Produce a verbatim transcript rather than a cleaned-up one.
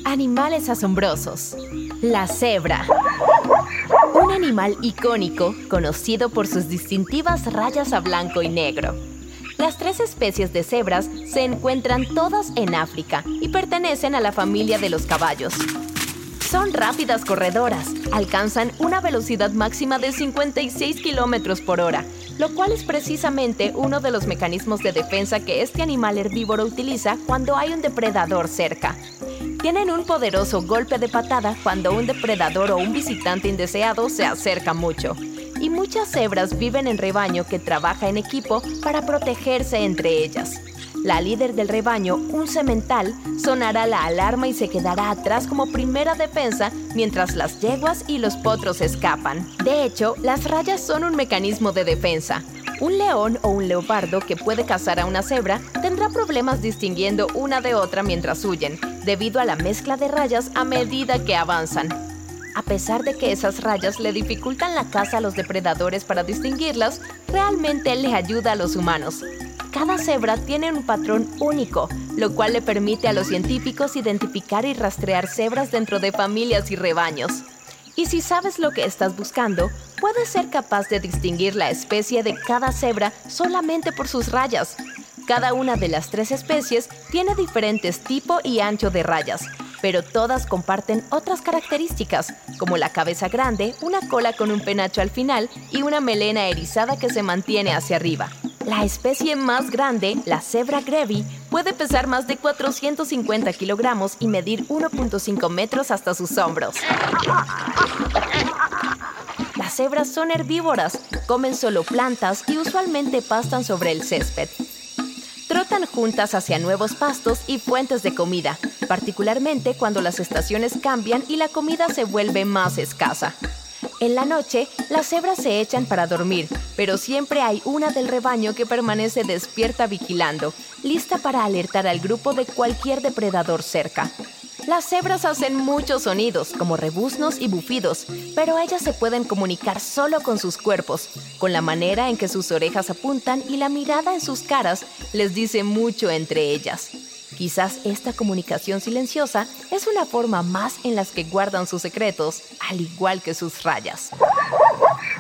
Animales asombrosos. La cebra. Un animal icónico, conocido por sus distintivas rayas a blanco y negro. Las tres especies de cebras se encuentran todas en África y pertenecen a la familia de los caballos. Son rápidas corredoras, alcanzan una velocidad máxima de cincuenta y seis kilómetros por hora, lo cual es precisamente uno de los mecanismos de defensa que este animal herbívoro utiliza cuando hay un depredador cerca. Tienen un poderoso golpe de patada cuando un depredador o un visitante indeseado se acerca mucho. Y muchas cebras viven en rebaño que trabaja en equipo para protegerse entre ellas. La líder del rebaño, un semental, sonará la alarma y se quedará atrás como primera defensa mientras las yeguas y los potros escapan. De hecho, las rayas son un mecanismo de defensa. Un león o un leopardo que puede cazar a una cebra tendrá problemas distinguiendo una de otra mientras huyen, debido a la mezcla de rayas a medida que avanzan. A pesar de que esas rayas le dificultan la caza a los depredadores para distinguirlas, realmente le ayuda a los humanos. Cada cebra tiene un patrón único, lo cual le permite a los científicos identificar y rastrear cebras dentro de familias y rebaños. Y si sabes lo que estás buscando, puedes ser capaz de distinguir la especie de cada cebra solamente por sus rayas. Cada una de las tres especies tiene diferentes tipo y ancho de rayas, pero todas comparten otras características, como la cabeza grande, una cola con un penacho al final y una melena erizada que se mantiene hacia arriba. La especie más grande, la cebra grevi, puede pesar más de cuatrocientos cincuenta kilogramos y medir uno punto cinco metros hasta sus hombros. Las cebras son herbívoras, comen solo plantas y usualmente pastan sobre el césped. Trotan juntas hacia nuevos pastos y fuentes de comida, particularmente cuando las estaciones cambian y la comida se vuelve más escasa. En la noche, las cebras se echan para dormir, pero siempre hay una del rebaño que permanece despierta vigilando, lista para alertar al grupo de cualquier depredador cerca. Las cebras hacen muchos sonidos, como rebuznos y bufidos, pero ellas se pueden comunicar solo con sus cuerpos, con la manera en que sus orejas apuntan y la mirada en sus caras les dice mucho entre ellas. Quizás esta comunicación silenciosa es una forma más en las que guardan sus secretos, al igual que sus rayas.